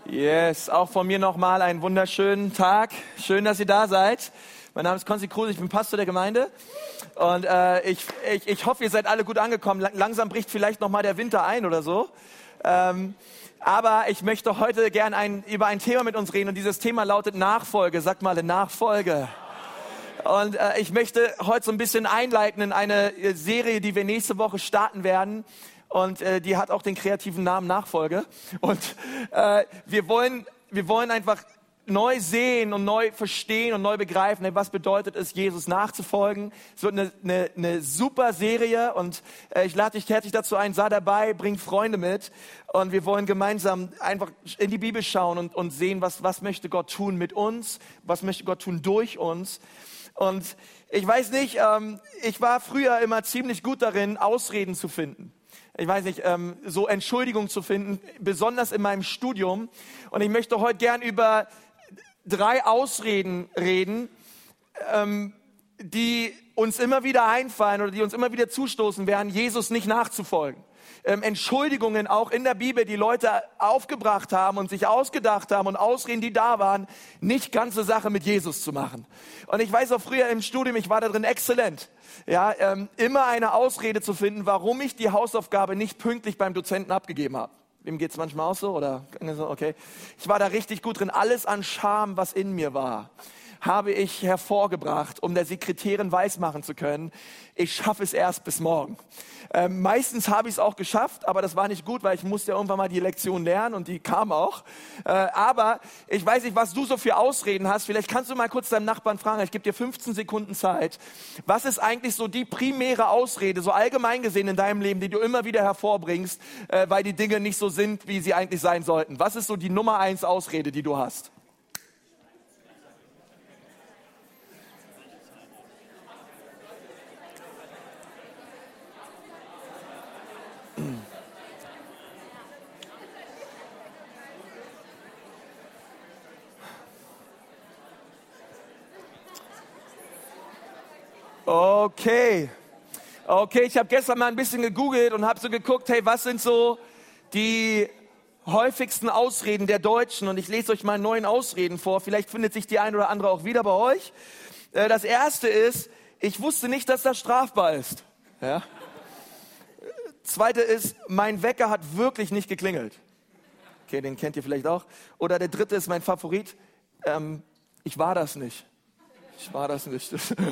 Yes, auch von mir nochmal einen wunderschönen Tag. Schön, dass ihr da seid. Mein Name ist Konsti Kruse, ich bin Pastor der Gemeinde. Und ich hoffe, ihr seid alle gut angekommen. Langsam bricht vielleicht nochmal der Winter ein oder so. Aber ich möchte heute gern über ein Thema mit uns reden. Und dieses Thema lautet Nachfolge. Sagt mal, Nachfolge. Und ich möchte heute so ein bisschen einleiten in eine Serie, die wir nächste Woche starten werden. Und die hat auch den kreativen Namen Nachfolge. Und wir wollen einfach neu sehen und neu verstehen und neu begreifen, was bedeutet es, Jesus nachzufolgen. Es wird eine super Serie und ich lade dich herzlich dazu ein, sei dabei, bring Freunde mit. Und wir wollen gemeinsam einfach in die Bibel schauen und sehen, was möchte Gott tun mit uns, was möchte Gott tun durch uns. Und ich weiß nicht, ich war früher immer ziemlich gut darin, Ausreden zu finden. Ich weiß nicht, so Entschuldigung zu finden, besonders in meinem Studium. Und ich möchte heute gern über 3 Ausreden reden, die uns immer wieder einfallen oder die uns immer wieder zustoßen werden, Jesus nicht nachzufolgen. Entschuldigungen auch in der Bibel, die Leute aufgebracht haben und sich ausgedacht haben und Ausreden, die da waren, nicht ganze Sache mit Jesus zu machen. Und ich weiß auch früher im Studium, ich war da drin exzellent. Ja, immer eine Ausrede zu finden, warum ich die Hausaufgabe nicht pünktlich beim Dozenten abgegeben habe. Wem geht's manchmal auch so? Oder okay. Ich war da richtig gut drin. Alles an Scham, was in mir war, habe ich hervorgebracht, um der Sekretärin weismachen zu können, ich schaffe es erst bis morgen. Meistens habe ich es auch geschafft, aber das war nicht gut, weil ich musste ja irgendwann mal die Lektion lernen und die kam auch. Aber ich weiß nicht, was du so für Ausreden hast. Vielleicht kannst du mal kurz deinem Nachbarn fragen, ich gebe dir 15 Sekunden Zeit. Was ist eigentlich so die primäre Ausrede, so allgemein gesehen in deinem Leben, die du immer wieder hervorbringst, weil die Dinge nicht so sind, wie sie eigentlich sein sollten? Was ist so die Nummer 1 Ausrede, die du hast? Okay, ich habe gestern mal ein bisschen gegoogelt und habe so geguckt, hey, was sind so die häufigsten Ausreden der Deutschen? Und ich lese euch mal 9 Ausreden vor, vielleicht findet sich die ein oder andere auch wieder bei euch. Das erste ist, ich wusste nicht, dass das strafbar ist. Ja. Zweite ist, mein Wecker hat wirklich nicht geklingelt. Okay, den kennt ihr vielleicht auch. Oder der dritte ist mein Favorit, ich war das nicht. Ich war das nicht.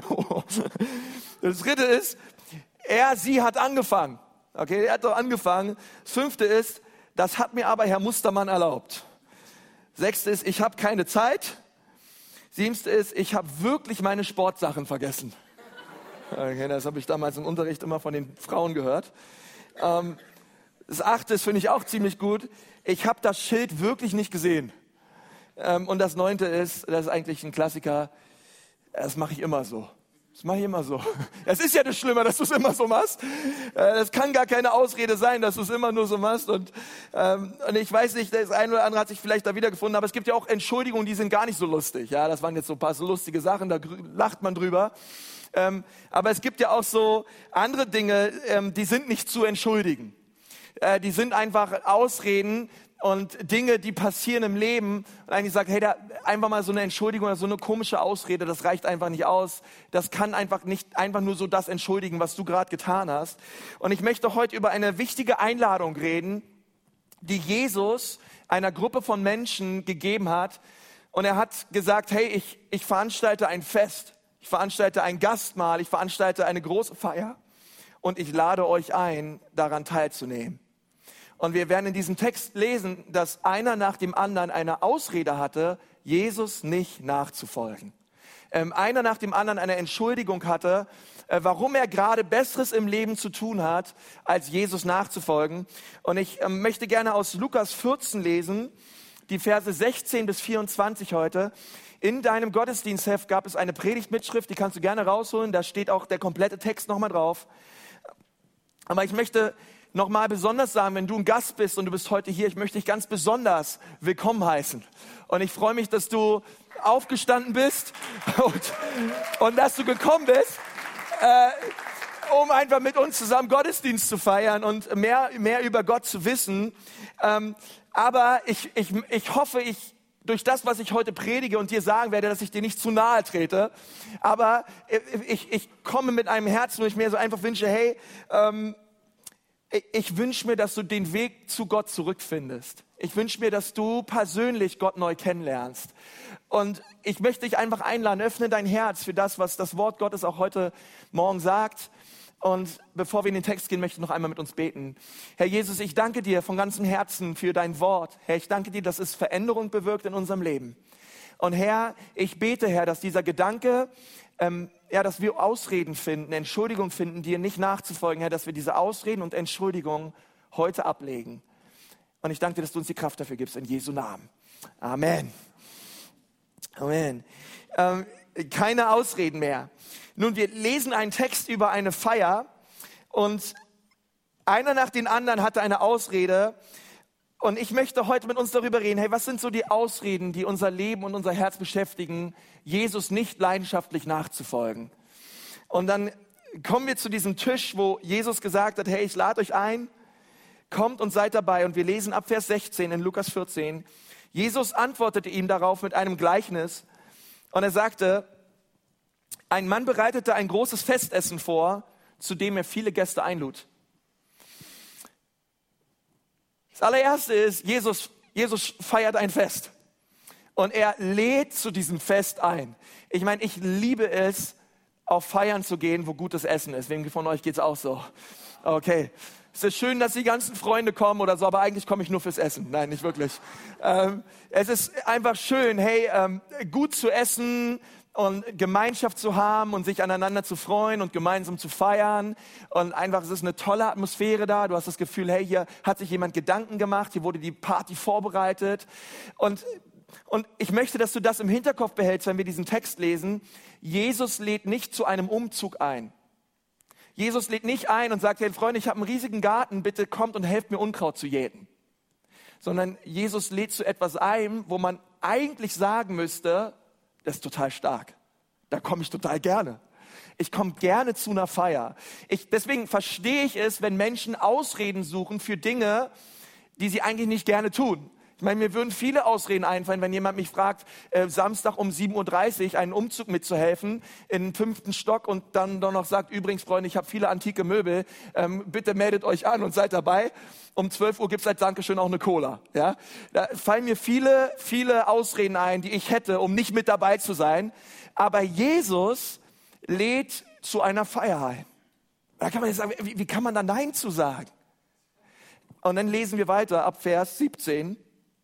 Das dritte ist, sie hat angefangen. Okay, er hat doch angefangen. Das 5. ist, das hat mir aber Herr Mustermann erlaubt. 6. ist, ich habe keine Zeit. 7. ist, ich habe wirklich meine Sportsachen vergessen. Okay, das habe ich damals im Unterricht immer von den Frauen gehört. Das 8. ist, finde ich auch ziemlich gut, ich habe das Schild wirklich nicht gesehen. Und das 9. ist, das ist eigentlich ein Klassiker, das mache ich immer so. Das mache ich immer so. Es ist ja das Schlimme, dass du es immer so machst. Das kann gar keine Ausrede sein, dass du es immer nur so machst. Und ich weiß nicht, das eine oder andere hat sich vielleicht da wiedergefunden, aber es gibt ja auch Entschuldigungen, die sind gar nicht so lustig. Ja, das waren jetzt so ein paar so lustige Sachen, da lacht man drüber. Aber es gibt ja auch so andere Dinge, die sind nicht zu entschuldigen. Die sind einfach Ausreden und Dinge, die passieren im Leben. Und eigentlich sagt, hey, da einfach mal so eine Entschuldigung oder so eine komische Ausrede, das reicht einfach nicht aus. Das kann einfach nicht einfach nur so das entschuldigen, was du gerade getan hast. Und ich möchte heute über eine wichtige Einladung reden, die Jesus einer Gruppe von Menschen gegeben hat. Und er hat gesagt, hey, ich veranstalte ein Fest. Ich veranstalte ein Gastmahl. Ich veranstalte eine große Feier. Und ich lade euch ein, daran teilzunehmen. Und wir werden in diesem Text lesen, dass einer nach dem anderen eine Ausrede hatte, Jesus nicht nachzufolgen. Einer nach dem anderen eine Entschuldigung hatte, warum er gerade Besseres im Leben zu tun hat, als Jesus nachzufolgen. Und ich möchte gerne aus Lukas 14 lesen, die Verse 16 bis 24 heute. In deinem Gottesdienstheft gab es eine Predigtmitschrift, die kannst du gerne rausholen, da steht auch der komplette Text nochmal drauf. Aber ich möchte nochmal besonders sagen, wenn du ein Gast bist und du bist heute hier, ich möchte dich ganz besonders willkommen heißen. Und ich freue mich, dass du aufgestanden bist und dass du gekommen bist, um einfach mit uns zusammen Gottesdienst zu feiern und mehr über Gott zu wissen. Aber ich hoffe, durch das, was ich heute predige und dir sagen werde, dass ich dir nicht zu nahe trete. Aber ich komme mit einem Herzen, wo ich mir so einfach wünsche, hey, ich wünsche mir, dass du den Weg zu Gott zurückfindest. Ich wünsche mir, dass du persönlich Gott neu kennenlernst. Und ich möchte dich einfach einladen, öffne dein Herz für das, was das Wort Gottes auch heute Morgen sagt. Und bevor wir in den Text gehen, möchte ich noch einmal mit uns beten. Herr Jesus, ich danke dir von ganzem Herzen für dein Wort. Herr, ich danke dir, dass es Veränderung bewirkt in unserem Leben. Und Herr, ich bete, Herr, dass dieser Gedanke, dass wir Ausreden finden, Entschuldigung finden, dir nicht nachzufolgen, Herr, dass wir diese Ausreden und Entschuldigung heute ablegen. Und ich danke dir, dass du uns die Kraft dafür gibst, in Jesu Namen. Amen. Amen. Keine Ausreden mehr. Nun, wir lesen einen Text über eine Feier und einer nach dem anderen hatte eine Ausrede. Und ich möchte heute mit uns darüber reden, hey, was sind so die Ausreden, die unser Leben und unser Herz beschäftigen, Jesus nicht leidenschaftlich nachzufolgen? Und dann kommen wir zu diesem Tisch, wo Jesus gesagt hat, hey, ich lade euch ein, kommt und seid dabei. Und wir lesen ab Vers 16 in Lukas 14. Jesus antwortete ihm darauf mit einem Gleichnis und er sagte, ein Mann bereitete ein großes Festessen vor, zu dem er viele Gäste einlud. Das allererste ist, Jesus feiert ein Fest und er lädt zu diesem Fest ein. Ich meine, ich liebe es, auf Feiern zu gehen, wo gutes Essen ist. Wem von euch geht's auch so? Okay. Es ist schön, dass die ganzen Freunde kommen oder so, aber eigentlich komme ich nur fürs Essen. Nein, nicht wirklich. Es ist einfach schön, hey, gut zu essen und Gemeinschaft zu haben und sich aneinander zu freuen und gemeinsam zu feiern. Und einfach, es ist eine tolle Atmosphäre da. Du hast das Gefühl, hey, hier hat sich jemand Gedanken gemacht, hier wurde die Party vorbereitet. Und ich möchte, dass du das im Hinterkopf behältst, wenn wir diesen Text lesen. Jesus lädt nicht zu einem Umzug ein. Jesus lädt nicht ein und sagt, hey Freunde, ich habe einen riesigen Garten, bitte kommt und helft mir Unkraut zu jäten. Sondern Jesus lädt zu etwas ein, wo man eigentlich sagen müsste, das ist total stark. Da komme ich total gerne. Ich komme gerne zu einer Feier. Deswegen verstehe ich es, wenn Menschen Ausreden suchen für Dinge, die sie eigentlich nicht gerne tun. Ich meine, mir würden viele Ausreden einfallen, wenn jemand mich fragt, Samstag um 7:30 Uhr einen Umzug mitzuhelfen in den 5. Stock und dann doch noch sagt, übrigens, Freunde, ich habe viele antike Möbel, bitte meldet euch an und seid dabei. Um 12 Uhr gibt es als Dankeschön auch eine Cola. Ja? Da fallen mir viele Ausreden ein, die ich hätte, um nicht mit dabei zu sein. Aber Jesus lädt zu einer Feier ein. Da kann man jetzt sagen, wie kann man da Nein zu sagen? Und dann lesen wir weiter ab Vers 17.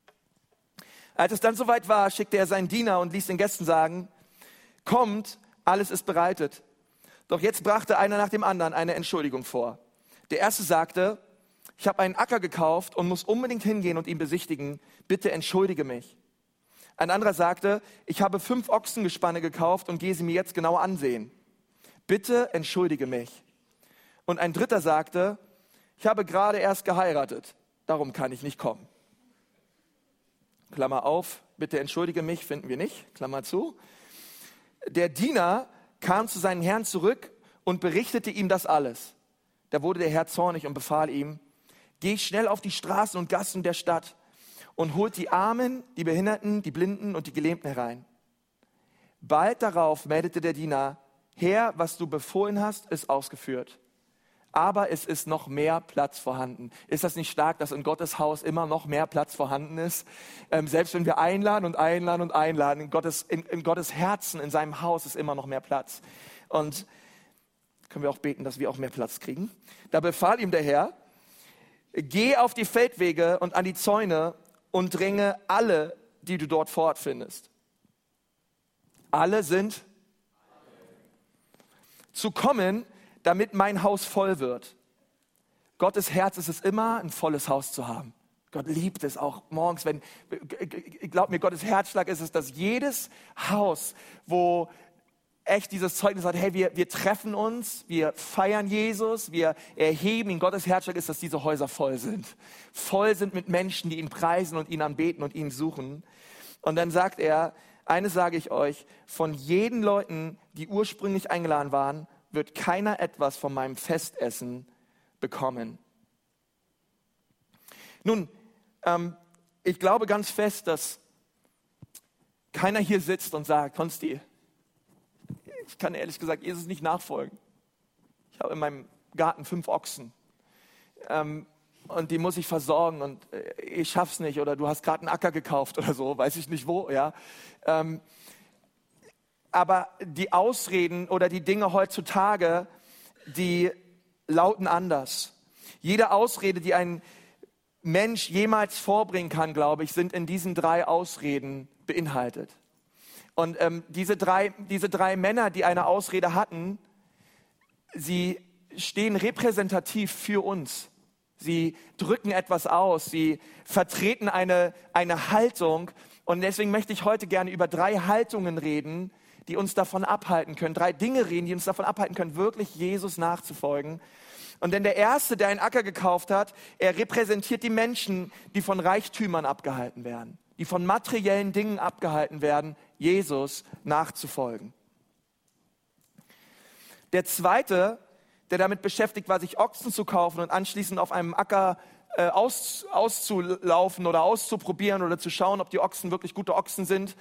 Als es dann soweit war, schickte er seinen Diener und ließ den Gästen sagen, kommt, alles ist bereitet. Doch jetzt brachte einer nach dem anderen eine Entschuldigung vor. Der erste sagte, ich habe einen Acker gekauft und muss unbedingt hingehen und ihn besichtigen. Bitte entschuldige mich. Ein anderer sagte, ich habe 5 Ochsengespanne gekauft und gehe sie mir jetzt genau ansehen. Bitte entschuldige mich. Und ein dritter sagte, ich habe gerade erst geheiratet, darum kann ich nicht kommen. Klammer auf, bitte entschuldige mich, finden wir nicht, Klammer zu. Der Diener kam zu seinem Herrn zurück und berichtete ihm das alles. Da wurde der Herr zornig und befahl ihm, geh schnell auf die Straßen und Gassen der Stadt und holt die Armen, die Behinderten, die Blinden und die Gelähmten herein. Bald darauf meldete der Diener, Herr, was du befohlen hast, ist ausgeführt. Aber es ist noch mehr Platz vorhanden. Ist das nicht stark, dass in Gottes Haus immer noch mehr Platz vorhanden ist? Selbst wenn wir einladen und einladen und einladen, in Gottes Herzen, in seinem Haus ist immer noch mehr Platz. Und können wir auch beten, dass wir auch mehr Platz kriegen. Da befahl ihm der Herr, geh auf die Feldwege und an die Zäune und dränge alle, die du dort fortfindest. Alle sind zu kommen, damit mein Haus voll wird. Gottes Herz ist es immer, ein volles Haus zu haben. Gott liebt es auch morgens, glaub mir, Gottes Herzschlag ist es, dass jedes Haus, wo echt dieses Zeugnis hat, hey, wir treffen uns, wir feiern Jesus, wir erheben ihn. Gottes Herzschlag ist, dass diese Häuser voll sind. Voll sind mit Menschen, die ihn preisen und ihn anbeten und ihn suchen. Und dann sagt er, eines sage ich euch, von jeden Leuten, die ursprünglich eingeladen waren, wird keiner etwas von meinem Festessen bekommen. Nun, ich glaube ganz fest, dass keiner hier sitzt und sagt, Konsti, ich kann ehrlich gesagt Jesus nicht nachfolgen. Ich habe in meinem Garten 5 Ochsen und die muss ich versorgen und ich schaff's nicht oder du hast gerade einen Acker gekauft oder so, weiß ich nicht wo, ja. Aber die Ausreden oder die Dinge heutzutage, die lauten anders. Jede Ausrede, die ein Mensch jemals vorbringen kann, glaube ich, sind in diesen 3 Ausreden beinhaltet. Und diese drei Männer, die eine Ausrede hatten, sie stehen repräsentativ für uns. Sie drücken etwas aus, sie vertreten eine Haltung. Und deswegen möchte ich heute gerne über 3 Haltungen reden, die uns davon abhalten können. 3 Dinge reden, die uns davon abhalten können, wirklich Jesus nachzufolgen. Und denn der Erste, der einen Acker gekauft hat, er repräsentiert die Menschen, die von Reichtümern abgehalten werden, die von materiellen Dingen abgehalten werden, Jesus nachzufolgen. Der Zweite, der damit beschäftigt war, sich Ochsen zu kaufen und anschließend auf einem Acker auszulaufen oder auszuprobieren oder zu schauen, ob die Ochsen wirklich gute Ochsen sind,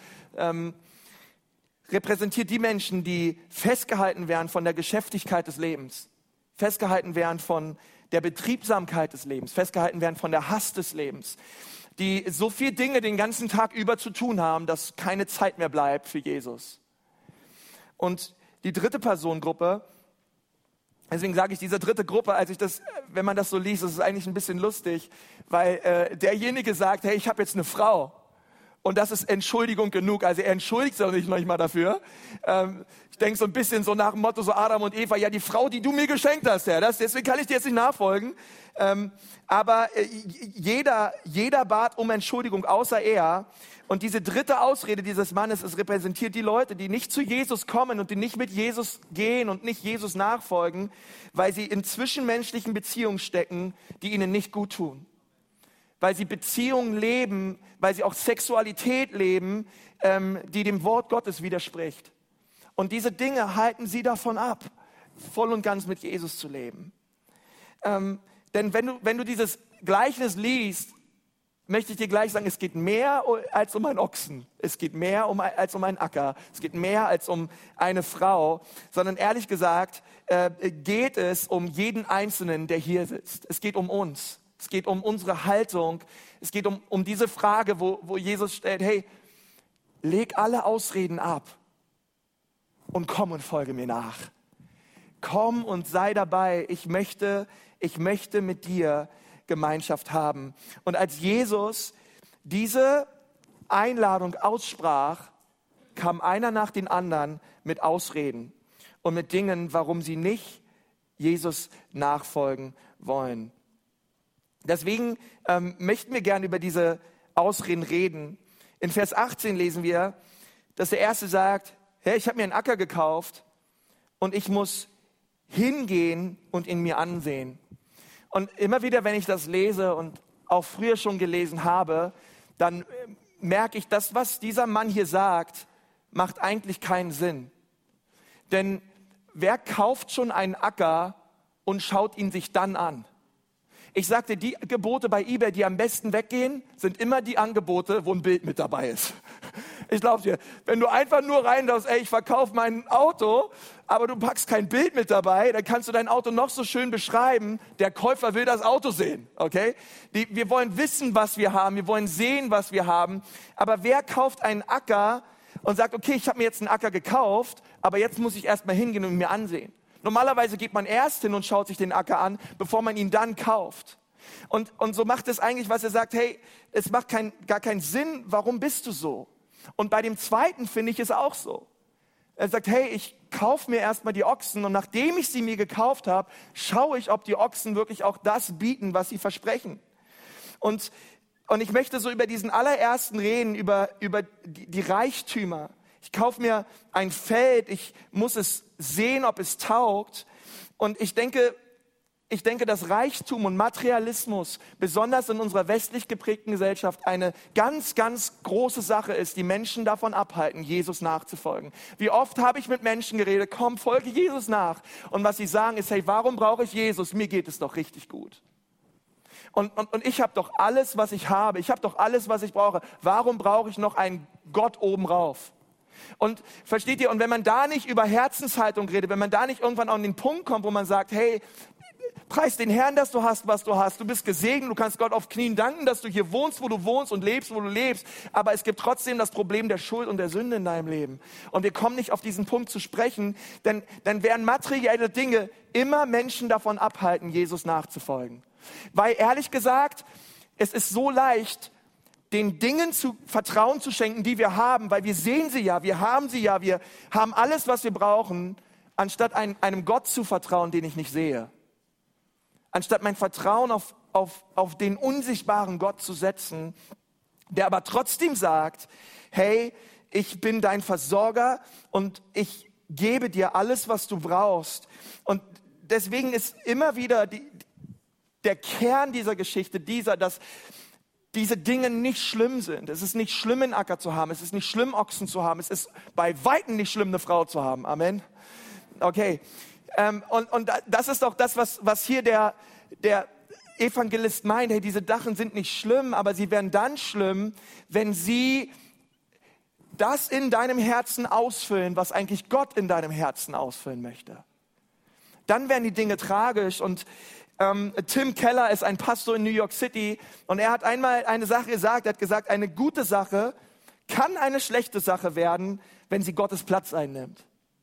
repräsentiert die Menschen, die festgehalten werden von der Geschäftigkeit des Lebens, festgehalten werden von der Betriebsamkeit des Lebens, festgehalten werden von der Hast des Lebens, die so viel Dinge den ganzen Tag über zu tun haben, dass keine Zeit mehr bleibt für Jesus. Und die dritte Personengruppe, deswegen sage ich diese dritte Gruppe, wenn man das so liest, das ist eigentlich ein bisschen lustig, weil derjenige sagt, hey, ich habe jetzt eine Frau. Und das ist Entschuldigung genug. Also er entschuldigt sich auch nicht mal dafür. Ich denke so ein bisschen so nach dem Motto, so Adam und Eva, ja die Frau, die du mir geschenkt hast, Herr, deswegen kann ich dir jetzt nicht nachfolgen. Aber jeder bat um Entschuldigung, außer er. Und diese dritte Ausrede dieses Mannes, es repräsentiert die Leute, die nicht zu Jesus kommen und die nicht mit Jesus gehen und nicht Jesus nachfolgen, weil sie in zwischenmenschlichen Beziehungen stecken, die ihnen nicht gut tun. Weil sie Beziehungen leben, weil sie auch Sexualität leben, die dem Wort Gottes widerspricht. Und diese Dinge halten sie davon ab, voll und ganz mit Jesus zu leben. Denn wenn du dieses Gleichnis liest, möchte ich dir gleich sagen, es geht mehr als um einen Ochsen. Es geht mehr als um einen Acker. Es geht mehr als um eine Frau. Sondern ehrlich gesagt geht es um jeden Einzelnen, der hier sitzt. Es geht um uns. Es geht um unsere Haltung. Es geht um diese Frage, wo Jesus stellt, hey, leg alle Ausreden ab und komm und folge mir nach. Komm und sei dabei. Ich möchte mit dir Gemeinschaft haben. Und als Jesus diese Einladung aussprach, kam einer nach den anderen mit Ausreden und mit Dingen, warum sie nicht Jesus nachfolgen wollen. Deswegen möchten wir gerne über diese Ausreden reden. In Vers 18 lesen wir, dass der Erste sagt, hey, ich habe mir einen Acker gekauft und ich muss hingehen und ihn mir ansehen. Und immer wieder, wenn ich das lese und auch früher schon gelesen habe, dann merke ich, das, was dieser Mann hier sagt, macht eigentlich keinen Sinn. Denn wer kauft schon einen Acker und schaut ihn sich dann an? Ich sagte, die Angebote bei eBay, die am besten weggehen, sind immer die Angebote, wo ein Bild mit dabei ist. Ich glaube dir, wenn du einfach nur reinschaust, ey, ich verkaufe mein Auto, aber du packst kein Bild mit dabei, dann kannst du dein Auto noch so schön beschreiben. Der Käufer will das Auto sehen, okay? Wir wollen wissen, was wir haben, wir wollen sehen, was wir haben. Aber wer kauft einen Acker und sagt, okay, ich habe mir jetzt einen Acker gekauft, aber jetzt muss ich erstmal hingehen und mir ansehen. Normalerweise geht man erst hin und schaut sich den Acker an, bevor man ihn dann kauft. Und so macht es eigentlich, was er sagt, hey, es macht gar keinen Sinn, warum bist du so? Und bei dem Zweiten finde ich es auch so. Er sagt, hey, ich kaufe mir erstmal die Ochsen und nachdem ich sie mir gekauft habe, schaue ich, ob die Ochsen wirklich auch das bieten, was sie versprechen. Und ich möchte so über diesen allerersten reden, über die Reichtümer. Ich kaufe mir ein Feld, ich muss es sehen, ob es taugt. Und ich denke, dass Reichtum und Materialismus, besonders in unserer westlich geprägten Gesellschaft, eine ganz, ganz große Sache ist, die Menschen davon abhalten, Jesus nachzufolgen. Wie oft habe ich mit Menschen geredet, komm, folge Jesus nach. Und was sie sagen ist, hey, warum brauche ich Jesus? Mir geht es doch richtig gut. Und ich habe doch alles, was ich habe. Ich habe doch alles, was ich brauche. Warum brauche ich noch einen Gott obenrauf? Und versteht ihr, und wenn man da nicht über Herzenshaltung redet, wenn man da nicht irgendwann an den Punkt kommt, wo man sagt, hey, preis den Herrn, dass du hast, was du hast. Du bist gesegnet, du kannst Gott auf Knien danken, dass du hier wohnst, wo du wohnst und lebst, wo du lebst. Aber es gibt trotzdem das Problem der Schuld und der Sünde in deinem Leben. Und wir kommen nicht auf diesen Punkt zu sprechen, denn dann werden materielle Dinge immer Menschen davon abhalten, Jesus nachzufolgen. Weil ehrlich gesagt, es ist so leicht, den Dingen Vertrauen zu schenken, die wir haben, weil wir sehen sie ja, wir haben sie ja, wir haben alles, was wir brauchen, anstatt einem Gott zu vertrauen, den ich nicht sehe. Anstatt mein Vertrauen auf den unsichtbaren Gott zu setzen, der aber trotzdem sagt, hey, ich bin dein Versorger und ich gebe dir alles, was du brauchst. Und deswegen ist immer wieder der Kern dieser Geschichte dass diese Dinge nicht schlimm sind. Es ist nicht schlimm, einen Acker zu haben. Es ist nicht schlimm, Ochsen zu haben. Es ist bei Weitem nicht schlimm, eine Frau zu haben. Amen. Okay. Und das ist doch das, was hier der Evangelist meint. Hey, diese Sachen sind nicht schlimm, aber sie werden dann schlimm, wenn sie das in deinem Herzen ausfüllen, was eigentlich Gott in deinem Herzen ausfüllen möchte. Dann werden die Dinge tragisch. Und Tim Keller ist ein Pastor in New York City und er hat einmal eine Sache gesagt, er hat gesagt, eine gute Sache kann eine schlechte Sache werden, wenn sie Gottes Platz einnimmt.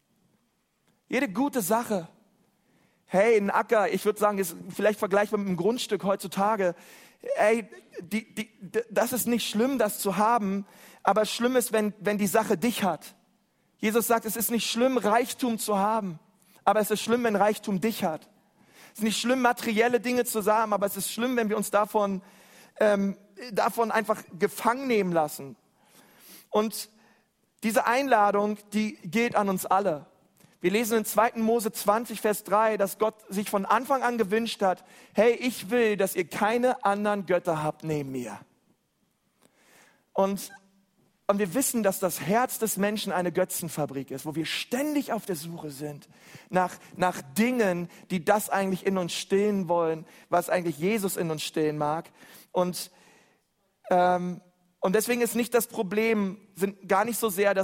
Jede gute Sache. Hey, ein Acker, ich würde sagen, ist vielleicht vergleichbar mit einem Grundstück heutzutage. Ey, das ist nicht schlimm, das zu haben, aber schlimm ist, wenn die Sache dich hat. Jesus sagt, es ist nicht schlimm, Reichtum zu haben, aber es ist schlimm, wenn Reichtum dich hat. Es ist nicht schlimm, materielle Dinge zu haben, aber es ist schlimm, wenn wir uns davon einfach gefangen nehmen lassen. Und diese Einladung, die gilt an uns alle. Wir lesen in 2. Mose 20, Vers 3, dass Gott sich von Anfang an gewünscht hat, hey, ich will, dass ihr keine anderen Götter habt neben mir. Und wir wissen, dass das Herz des Menschen eine Götzenfabrik ist, wo wir ständig auf der Suche sind nach Dingen, die das eigentlich in uns stillen wollen, was eigentlich Jesus in uns stillen mag. Und deswegen ist nicht das Problem, sind gar nicht so sehr,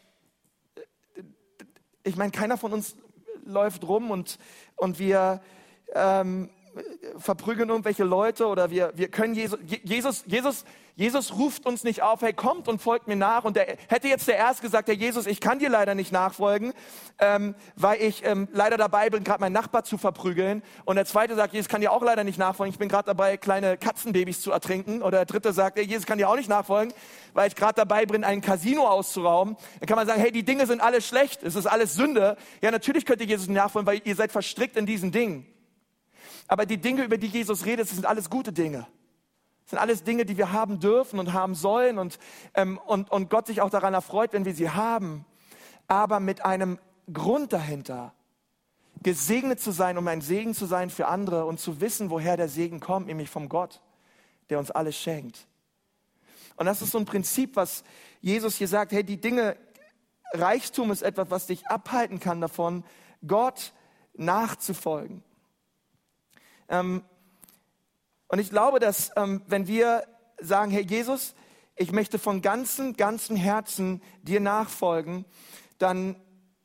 ich meine, keiner von uns läuft rum und wir verprügeln irgendwelche Leute oder wir können Jesus ruft uns nicht auf, hey, kommt und folgt mir nach. Und hätte jetzt der Erste gesagt, Herr Jesus, ich kann dir leider nicht nachfolgen, weil ich leider dabei bin, gerade meinen Nachbar zu verprügeln. Und der Zweite sagt, Jesus kann dir auch leider nicht nachfolgen, ich bin gerade dabei, kleine Katzenbabys zu ertrinken. Oder der Dritte sagt, hey, Jesus kann dir auch nicht nachfolgen, weil ich gerade dabei bin, ein Casino auszurauben. Dann kann man sagen, hey, die Dinge sind alles schlecht, es ist alles Sünde. Ja, natürlich könnt ihr Jesus nicht nachfolgen, weil ihr seid verstrickt in diesen Dingen. Aber die Dinge, über die Jesus redet, das sind alles gute Dinge. Das sind alles Dinge, die wir haben dürfen und haben sollen und Gott sich auch daran erfreut, wenn wir sie haben. Aber mit einem Grund dahinter, gesegnet zu sein, um ein Segen zu sein für andere und zu wissen, woher der Segen kommt, nämlich vom Gott, der uns alles schenkt. Und das ist so ein Prinzip, was Jesus hier sagt, hey, die Dinge, Reichtum ist etwas, was dich abhalten kann davon, Gott nachzufolgen. Und ich glaube, dass wenn wir sagen, hey Jesus, ich möchte von ganzem Herzen dir nachfolgen, dann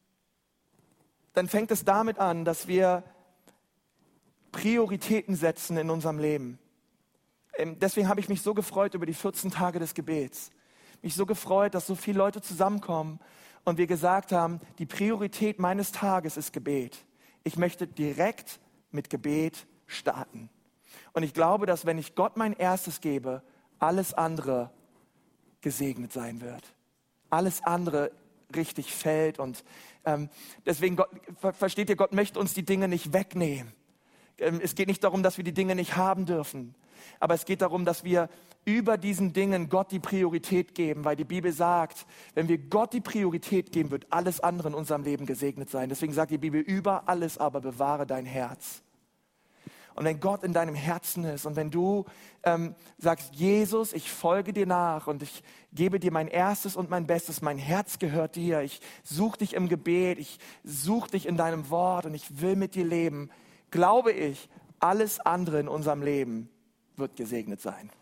fängt es damit an, dass wir Prioritäten setzen in unserem Leben. Deswegen habe ich mich so gefreut über die 14 Tage des Gebets. Mich so gefreut, dass so viele Leute zusammenkommen und wir gesagt haben, die Priorität meines Tages ist Gebet. Ich möchte direkt mit Gebet starten. Und ich glaube, dass wenn ich Gott mein Erstes gebe, alles andere gesegnet sein wird. Alles andere richtig fällt. Und deswegen, versteht ihr, Gott möchte uns die Dinge nicht wegnehmen. Es geht nicht darum, dass wir die Dinge nicht haben dürfen. Aber es geht darum, dass wir über diesen Dingen Gott die Priorität geben. Weil die Bibel sagt, wenn wir Gott die Priorität geben, wird alles andere in unserem Leben gesegnet sein. Deswegen sagt die Bibel, über alles aber bewahre dein Herz. Und wenn Gott in deinem Herzen ist und wenn du sagst, Jesus, ich folge dir nach und ich gebe dir mein Erstes und mein Bestes, mein Herz gehört dir, ich suche dich im Gebet, ich suche dich in deinem Wort und ich will mit dir leben, glaube ich, alles andere in unserem Leben wird gesegnet sein.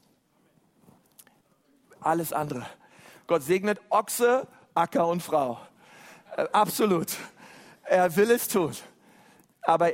Alles andere. Gott segnet Ochse, Acker und Frau. Absolut. Er will es tun. Aber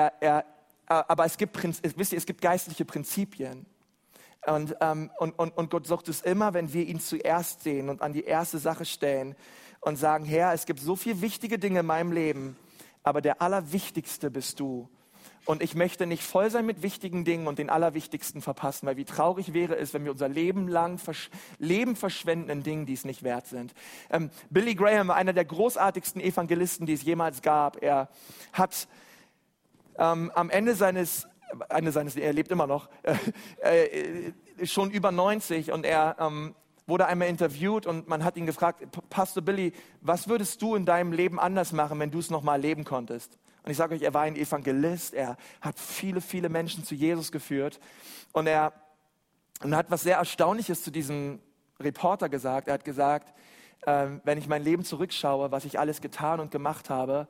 es gibt geistliche Prinzipien. Und Gott sucht es immer, wenn wir ihn zuerst sehen und an die erste Sache stellen und sagen, Herr, es gibt so viele wichtige Dinge in meinem Leben, aber der Allerwichtigste bist du. Und ich möchte nicht voll sein mit wichtigen Dingen und den Allerwichtigsten verpassen, weil wie traurig wäre es, wenn wir unser Leben lang Leben verschwenden in Dingen, die es nicht wert sind. Billy Graham war einer der großartigsten Evangelisten, die es jemals gab. Er hat am Ende er lebt immer noch, schon über 90 und er wurde einmal interviewt und man hat ihn gefragt, Pastor Billy, was würdest du in deinem Leben anders machen, wenn du es nochmal erleben konntest? Und ich sage euch, er war ein Evangelist, er hat viele, viele Menschen zu Jesus geführt und er hat was sehr Erstaunliches zu diesem Reporter gesagt. Er hat gesagt, wenn ich mein Leben zurückschaue, was ich alles getan und gemacht habe,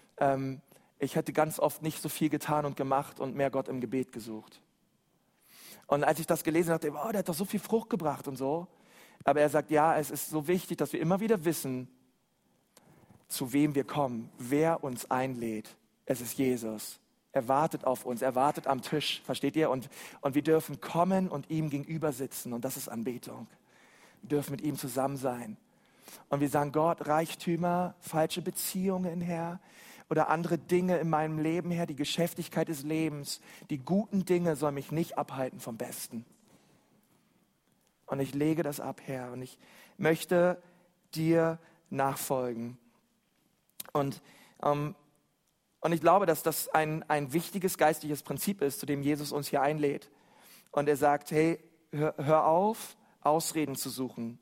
ich hätte ganz oft nicht so viel getan und gemacht und mehr Gott im Gebet gesucht. Und als ich das gelesen habe, dachte ich, der hat doch so viel Frucht gebracht und so. Aber er sagt, ja, es ist so wichtig, dass wir immer wieder wissen, zu wem wir kommen, wer uns einlädt. Es ist Jesus. Er wartet auf uns, er wartet am Tisch, versteht ihr? Und wir dürfen kommen und ihm gegenüber sitzen und das ist Anbetung. Wir dürfen mit ihm zusammen sein. Und wir sagen, Gott, Reichtümer, falsche Beziehungen, Herr, oder andere Dinge in meinem Leben, Herr, die Geschäftigkeit des Lebens, die guten Dinge sollen mich nicht abhalten vom Besten. Und ich lege das ab, Herr, und ich möchte dir nachfolgen. Und ich glaube, dass das ein wichtiges geistliches Prinzip ist, zu dem Jesus uns hier einlädt. Und er sagt, hey, hör auf, Ausreden zu suchen.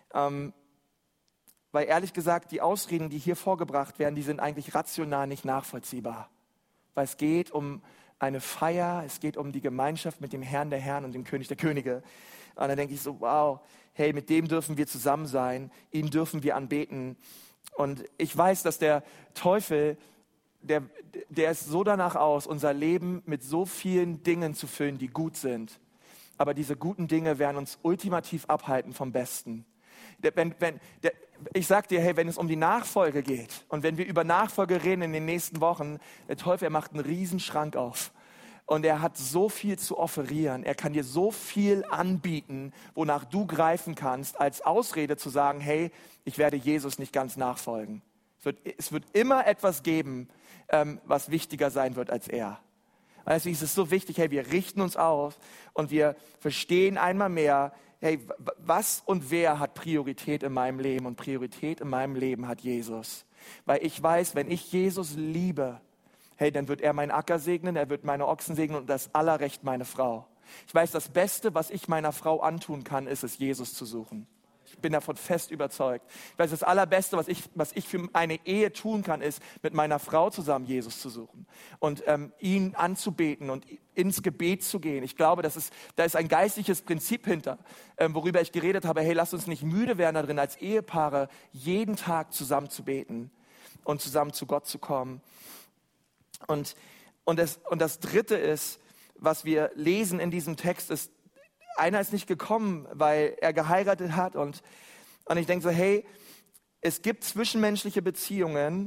Weil ehrlich gesagt, die Ausreden, die hier vorgebracht werden, die sind eigentlich rational nicht nachvollziehbar. Weil es geht um eine Feier, es geht um die Gemeinschaft mit dem Herrn der Herren und dem König der Könige. Und dann denke ich so, wow, hey, mit dem dürfen wir zusammen sein, ihn dürfen wir anbeten. Und ich weiß, dass der Teufel, der ist so danach aus, unser Leben mit so vielen Dingen zu füllen, die gut sind. Aber diese guten Dinge werden uns ultimativ abhalten vom Besten. Ich sag dir, hey, wenn es um die Nachfolge geht und wenn wir über Nachfolge reden in den nächsten Wochen, der Teufel, er macht einen riesen Schrank auf. Und er hat so viel zu offerieren. Er kann dir so viel anbieten, wonach du greifen kannst, als Ausrede zu sagen, hey, ich werde Jesus nicht ganz nachfolgen. Es wird immer etwas geben, was wichtiger sein wird als er. Und deswegen ist es so wichtig, hey, wir richten uns auf und wir verstehen einmal mehr, hey, was und wer hat Priorität in meinem Leben? Und Priorität in meinem Leben hat Jesus. Weil ich weiß, wenn ich Jesus liebe, hey, dann wird er meinen Acker segnen, er wird meine Ochsen segnen und das Allerrecht meine Frau. Ich weiß, das Beste, was ich meiner Frau antun kann, ist es, Jesus zu suchen. Ich bin davon fest überzeugt. Ich weiß, das Allerbeste, was ich für eine Ehe tun kann, ist, mit meiner Frau zusammen Jesus zu suchen und ihn anzubeten und ins Gebet zu gehen. Ich glaube, da ist ein geistliches Prinzip hinter, worüber ich geredet habe. Hey, lasst uns nicht müde werden darin, als Ehepaare jeden Tag zusammen zu beten und zusammen zu Gott zu kommen. Und das Dritte ist, was wir lesen in diesem Text, ist, einer ist nicht gekommen, weil er geheiratet hat. Und ich denke so, hey, es gibt zwischenmenschliche Beziehungen,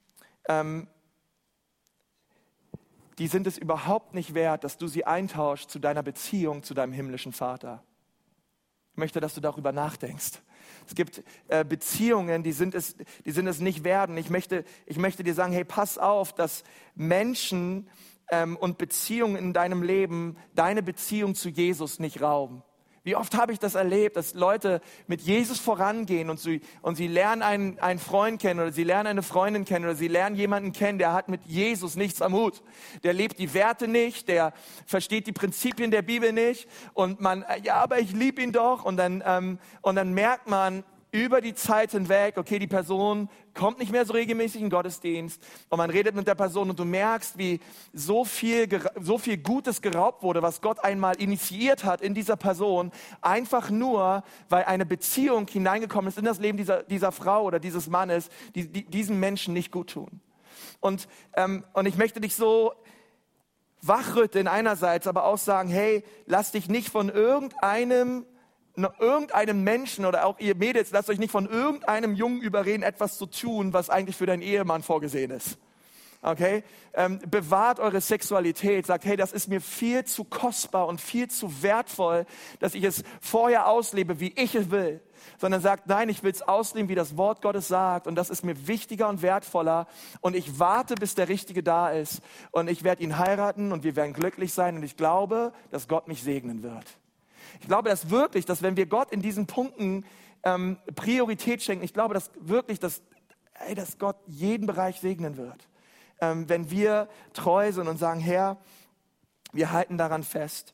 die sind es überhaupt nicht wert, dass du sie eintauschst zu deiner Beziehung zu deinem himmlischen Vater. Ich möchte, dass du darüber nachdenkst. Es gibt Beziehungen, die sind es nicht wert. Und ich möchte dir sagen, hey, pass auf, dass Menschen und Beziehungen in deinem Leben deine Beziehung zu Jesus nicht rauben. Wie oft habe ich das erlebt, dass Leute mit Jesus vorangehen und sie lernen einen Freund kennen oder sie lernen eine Freundin kennen oder sie lernen jemanden kennen, der hat mit Jesus nichts am Hut. Der lebt die Werte nicht, der versteht die Prinzipien der Bibel nicht und man, ja, aber ich liebe ihn doch und dann merkt man über die Zeit hinweg, okay, die Person kommt nicht mehr so regelmäßig in den Gottesdienst und man redet mit der Person und du merkst, wie so viel Gutes geraubt wurde, was Gott einmal initiiert hat in dieser Person, einfach nur, weil eine Beziehung hineingekommen ist in das Leben dieser Frau oder dieses Mannes, die diesen Menschen nicht gut tun. Und ich möchte dich so wachrütteln einerseits, aber auch sagen, hey, lass dich nicht von irgendeinem Menschen oder auch ihr Mädels, lasst euch nicht von irgendeinem Jungen überreden, etwas zu tun, was eigentlich für deinen Ehemann vorgesehen ist. Okay? Bewahrt eure Sexualität, sagt, hey, das ist mir viel zu kostbar und viel zu wertvoll, dass ich es vorher auslebe, wie ich es will. Sondern sagt, nein, ich will es ausleben, wie das Wort Gottes sagt. Und das ist mir wichtiger und wertvoller. Und ich warte, bis der Richtige da ist. Und ich werde ihn heiraten und wir werden glücklich sein. Und ich glaube, dass Gott mich segnen wird. Ich glaube das wirklich, dass wenn wir Gott in diesen Punkten Priorität schenken, ich glaube das wirklich, dass Gott jeden Bereich segnen wird. Wenn wir treu sind und sagen, Herr, wir halten daran fest.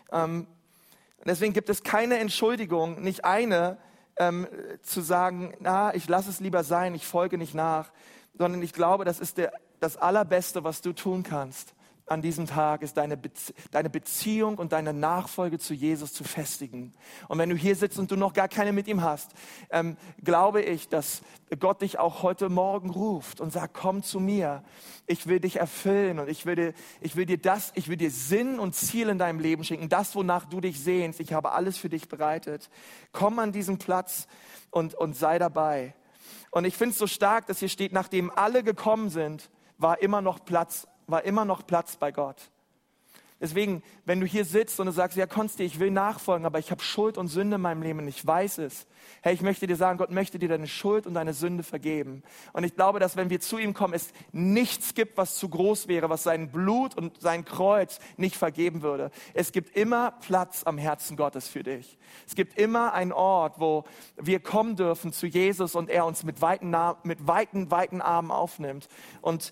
Deswegen gibt es keine Entschuldigung, nicht eine, zu sagen, ich lasse es lieber sein, ich folge nicht nach, sondern ich glaube, das ist das Allerbeste, was du tun kannst an diesem Tag, ist deine Beziehung und deine Nachfolge zu Jesus zu festigen. Und wenn du hier sitzt und du noch gar keine mit ihm hast, glaube ich, dass Gott dich auch heute Morgen ruft und sagt, komm zu mir, ich will dich erfüllen und ich will dir Sinn und Ziel in deinem Leben schenken, das, wonach du dich sehnst, ich habe alles für dich bereitet. Komm an diesen Platz und sei dabei. Und ich finde es so stark, dass hier steht, nachdem alle gekommen sind, war immer noch Platz bei Gott. Deswegen, wenn du hier sitzt und du sagst, ja Konsti, ich will nachfolgen, aber ich habe Schuld und Sünde in meinem Leben und ich weiß es. Hey, ich möchte dir sagen, Gott möchte dir deine Schuld und deine Sünde vergeben. Und ich glaube, dass wenn wir zu ihm kommen, es nichts gibt, was zu groß wäre, was sein Blut und sein Kreuz nicht vergeben würde. Es gibt immer Platz am Herzen Gottes für dich. Es gibt immer einen Ort, wo wir kommen dürfen zu Jesus und er uns mit weiten Armen aufnimmt. Und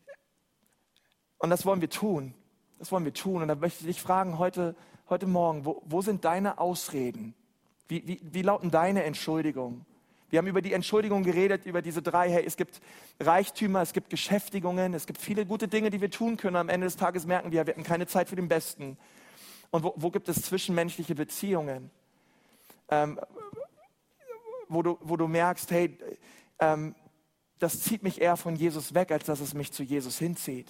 das wollen wir tun. Das wollen wir tun. Und da möchte ich dich fragen, heute Morgen, wo sind deine Ausreden? Wie lauten deine Entschuldigungen? Wir haben über die Entschuldigung geredet, über diese 3. Hey, es gibt Reichtümer, es gibt Beschäftigungen, es gibt viele gute Dinge, die wir tun können. Am Ende des Tages merken wir hatten keine Zeit für den Besten. Und wo gibt es zwischenmenschliche Beziehungen? Wo du merkst, hey, das zieht mich eher von Jesus weg, als dass es mich zu Jesus hinzieht.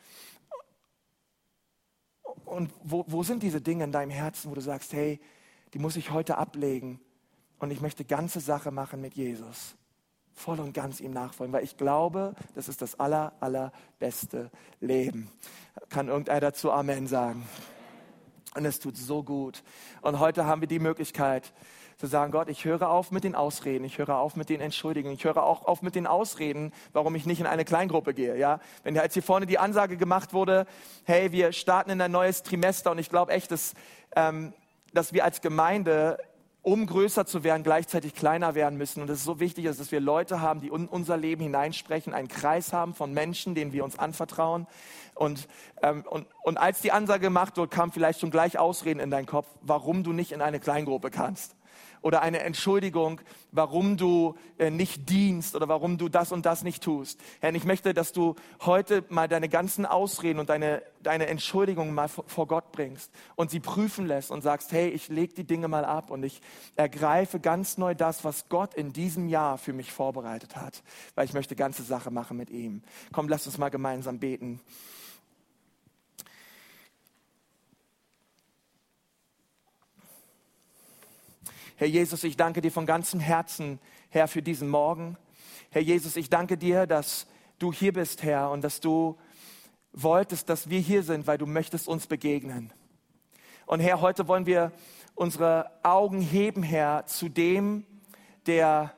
Und wo sind diese Dinge in deinem Herzen, wo du sagst, hey, die muss ich heute ablegen und ich möchte ganze Sache machen mit Jesus. Voll und ganz ihm nachfolgen, weil ich glaube, das ist das allerbeste Leben. Kann irgendeiner dazu Amen sagen? Und es tut so gut. Und heute haben wir die Möglichkeit zu sagen, Gott, ich höre auf mit den Ausreden, ich höre auf mit den Entschuldigungen, ich höre auch auf mit den Ausreden, warum ich nicht in eine Kleingruppe gehe. Ja? Als hier vorne die Ansage gemacht wurde, hey, wir starten in ein neues Trimester und ich glaube echt, dass wir als Gemeinde, um größer zu werden, gleichzeitig kleiner werden müssen. Und es ist so wichtig, dass wir Leute haben, die in unser Leben hineinsprechen, einen Kreis haben von Menschen, denen wir uns anvertrauen. Und als die Ansage gemacht wurde, kamen vielleicht schon gleich Ausreden in deinen Kopf, warum du nicht in eine Kleingruppe kannst. Oder eine Entschuldigung, warum du nicht dienst oder warum du das und das nicht tust. Herr, ich möchte, dass du heute mal deine ganzen Ausreden und deine Entschuldigungen mal vor Gott bringst und sie prüfen lässt und sagst, hey, ich lege die Dinge mal ab und ich ergreife ganz neu das, was Gott in diesem Jahr für mich vorbereitet hat, weil ich möchte ganze Sache machen mit ihm. Komm, lass uns mal gemeinsam beten. Herr Jesus, ich danke dir von ganzem Herzen, Herr, für diesen Morgen. Herr Jesus, ich danke dir, dass du hier bist, Herr, und dass du wolltest, dass wir hier sind, weil du möchtest uns begegnen. Und Herr, heute wollen wir unsere Augen heben, Herr, zu dem, der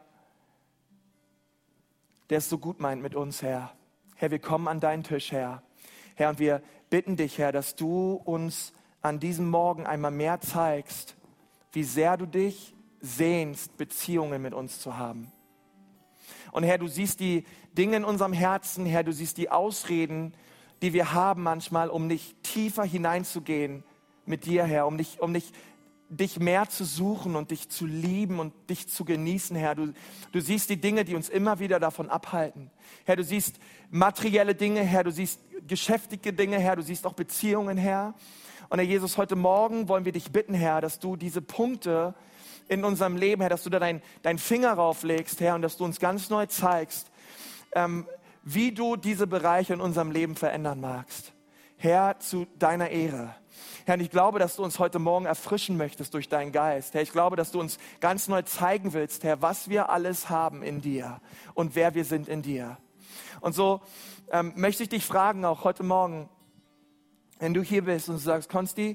es so gut meint mit uns, Herr. Herr, wir kommen an deinen Tisch, Herr. Herr, und wir bitten dich, Herr, dass du uns an diesem Morgen einmal mehr zeigst, wie sehr du dich sehnst, Beziehungen mit uns zu haben. Und Herr, du siehst die Dinge in unserem Herzen, Herr, du siehst die Ausreden, die wir haben manchmal, um nicht tiefer hineinzugehen mit dir, Herr, um nicht dich mehr zu suchen und dich zu lieben und dich zu genießen, Herr. Du siehst die Dinge, die uns immer wieder davon abhalten. Herr, du siehst materielle Dinge, Herr, du siehst geschäftige Dinge, Herr, du siehst auch Beziehungen, Herr. Und Herr Jesus, heute Morgen wollen wir dich bitten, Herr, dass du diese Punkte in unserem Leben, Herr, dass du da deinen Finger rauflegst, Herr, und dass du uns ganz neu zeigst, wie du diese Bereiche in unserem Leben verändern magst. Herr, zu deiner Ehre. Herr, und ich glaube, dass du uns heute Morgen erfrischen möchtest durch deinen Geist. Herr, ich glaube, dass du uns ganz neu zeigen willst, Herr, was wir alles haben in dir und wer wir sind in dir. Und so möchte ich dich fragen, auch heute Morgen, wenn du hier bist und du sagst, Konsti,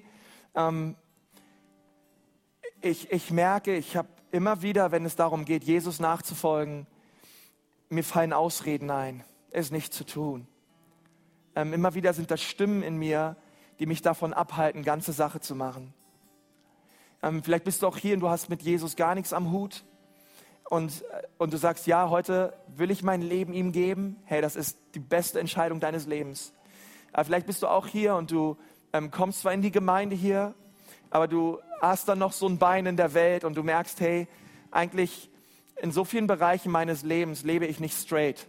ich merke, ich habe immer wieder, wenn es darum geht, Jesus nachzufolgen, mir fallen Ausreden ein, es nicht zu tun. Immer wieder sind da Stimmen in mir, die mich davon abhalten, ganze Sache zu machen. Vielleicht bist du auch hier und du hast mit Jesus gar nichts am Hut und du sagst, ja, heute will ich mein Leben ihm geben. Hey, das ist die beste Entscheidung deines Lebens. Aber vielleicht bist du auch hier und du kommst zwar in die Gemeinde hier, aber du hast dann noch so ein Bein in der Welt und du merkst, hey, eigentlich in so vielen Bereichen meines Lebens lebe ich nicht straight.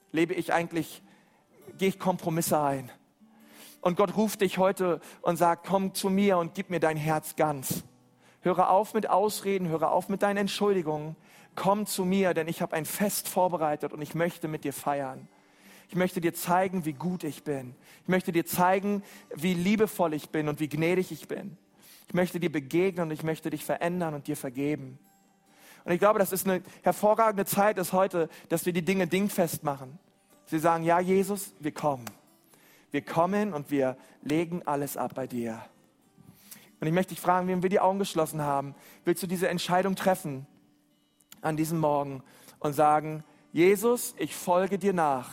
Gehe ich Kompromisse ein. Und Gott ruft dich heute und sagt, komm zu mir und gib mir dein Herz ganz. Höre auf mit Ausreden, höre auf mit deinen Entschuldigungen. Komm zu mir, denn ich habe ein Fest vorbereitet und ich möchte mit dir feiern. Ich möchte dir zeigen, wie gut ich bin. Ich möchte dir zeigen, wie liebevoll ich bin und wie gnädig ich bin. Ich möchte dir begegnen und ich möchte dich verändern und dir vergeben. Und ich glaube, das ist eine hervorragende Zeit ist heute, dass wir die Dinge dingfest machen. Sie sagen, ja Jesus, wir kommen. Wir kommen und wir legen alles ab bei dir. Und ich möchte dich fragen, wenn wir die Augen geschlossen haben, willst du diese Entscheidung treffen an diesem Morgen und sagen, Jesus, ich folge dir nach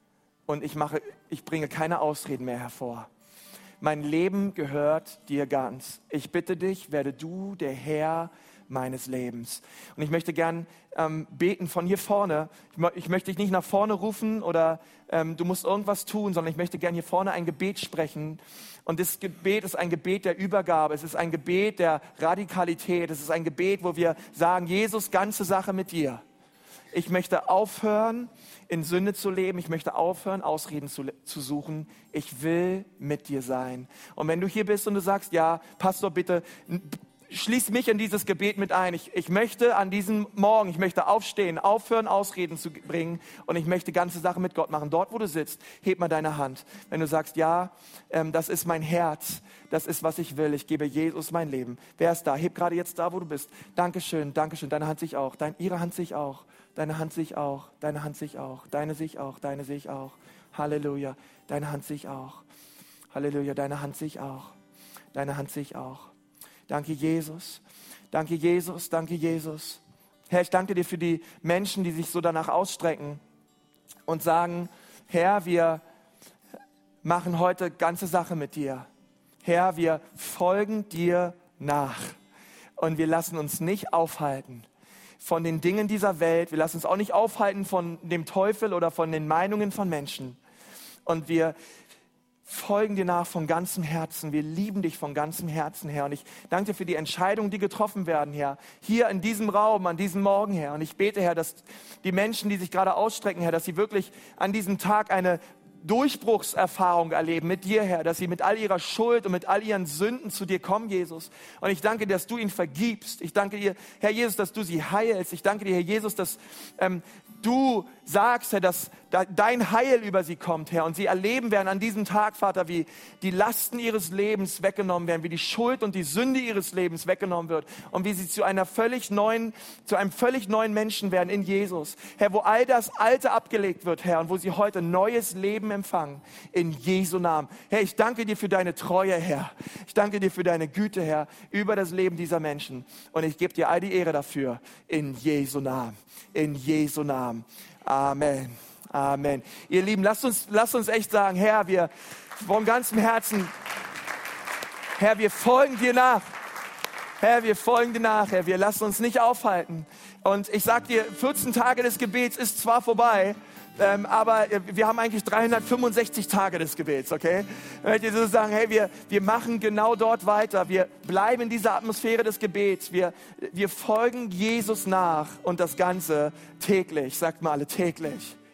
und ich bringe keine Ausreden mehr hervor. Mein Leben gehört dir ganz. Ich bitte dich, werde du der Herr meines Lebens. Und ich möchte gern beten von hier vorne. Ich möchte dich nicht nach vorne rufen oder du musst irgendwas tun, sondern ich möchte gern hier vorne ein Gebet sprechen. Und das Gebet ist ein Gebet der Übergabe. Es ist ein Gebet der Radikalität. Es ist ein Gebet, wo wir sagen, Jesus, ganze Sache mit dir. Ich möchte aufhören, in Sünde zu leben. Ich möchte aufhören, Ausreden zu suchen. Ich will mit dir sein. Und wenn du hier bist und du sagst, ja, Pastor, bitte schließ mich in dieses Gebet mit ein. Ich möchte an diesem Morgen, ich möchte aufstehen, aufhören, Ausreden zu bringen und ich möchte ganze Sache mit Gott machen. Dort, wo du sitzt, heb mal deine Hand. Wenn du sagst, ja, das ist mein Herz, das ist, was ich will. Ich gebe Jesus mein Leben. Wer ist da? Heb gerade jetzt da, wo du bist. Dankeschön, Dankeschön. Deine Hand sehe ich auch. Ihre Hand sehe ich auch. Deine Hand sehe ich auch. Deine Hand sehe ich auch. Deine sehe ich auch. Deine sehe ich auch. Halleluja. Deine Hand sehe ich auch. Halleluja. Deine Hand sehe ich auch. Deine Hand sehe ich auch. Danke, Jesus. Danke, Jesus. Danke, Jesus. Herr, ich danke dir für die Menschen, die sich so danach ausstrecken und sagen, Herr, wir machen heute ganze Sache mit dir. Herr, wir folgen dir nach und wir lassen uns nicht aufhalten von den Dingen dieser Welt. Wir lassen uns auch nicht aufhalten von dem Teufel oder von den Meinungen von Menschen. Und wir folgen dir nach von ganzem Herzen. Wir lieben dich von ganzem Herzen, Herr. Und ich danke dir für die Entscheidungen, die getroffen werden, Herr. Hier in diesem Raum, an diesem Morgen, Herr. Und ich bete, Herr, dass die Menschen, die sich gerade ausstrecken, Herr, dass sie wirklich an diesem Tag eine Durchbruchserfahrung erleben mit dir, Herr, dass sie mit all ihrer Schuld und mit all ihren Sünden zu dir kommen, Jesus. Und ich danke dir, dass du ihnen vergibst. Ich danke dir, Herr Jesus, dass du sie heilst. Ich danke dir, Herr Jesus, dass du sagst, Herr, dass dein Heil über sie kommt, Herr. Und sie erleben werden an diesem Tag, Vater, wie die Lasten ihres Lebens weggenommen werden, wie die Schuld und die Sünde ihres Lebens weggenommen wird und wie sie zu einem völlig neuen Menschen werden in Jesus. Herr, wo all das Alte abgelegt wird, Herr, und wo sie heute neues Leben empfangen, in Jesu Namen. Herr, ich danke dir für deine Treue, Herr. Ich danke dir für deine Güte, Herr, über das Leben dieser Menschen. Und ich gebe dir all die Ehre dafür, in Jesu Namen. In Jesu Namen. Amen. Amen. Ihr Lieben, lasst uns echt sagen, Herr, wir von ganzem Herzen, Herr, wir folgen dir nach. Herr, wir folgen dir nach, Herr, wir lassen uns nicht aufhalten. Und ich sag dir, 14 Tage des Gebets ist zwar vorbei, aber wir haben eigentlich 365 Tage des Gebets, okay? Ich möchte so sagen, hey, wir machen genau dort weiter. Wir bleiben in dieser Atmosphäre des Gebets. Wir folgen Jesus nach und das Ganze täglich. Sagt mal alle täglich.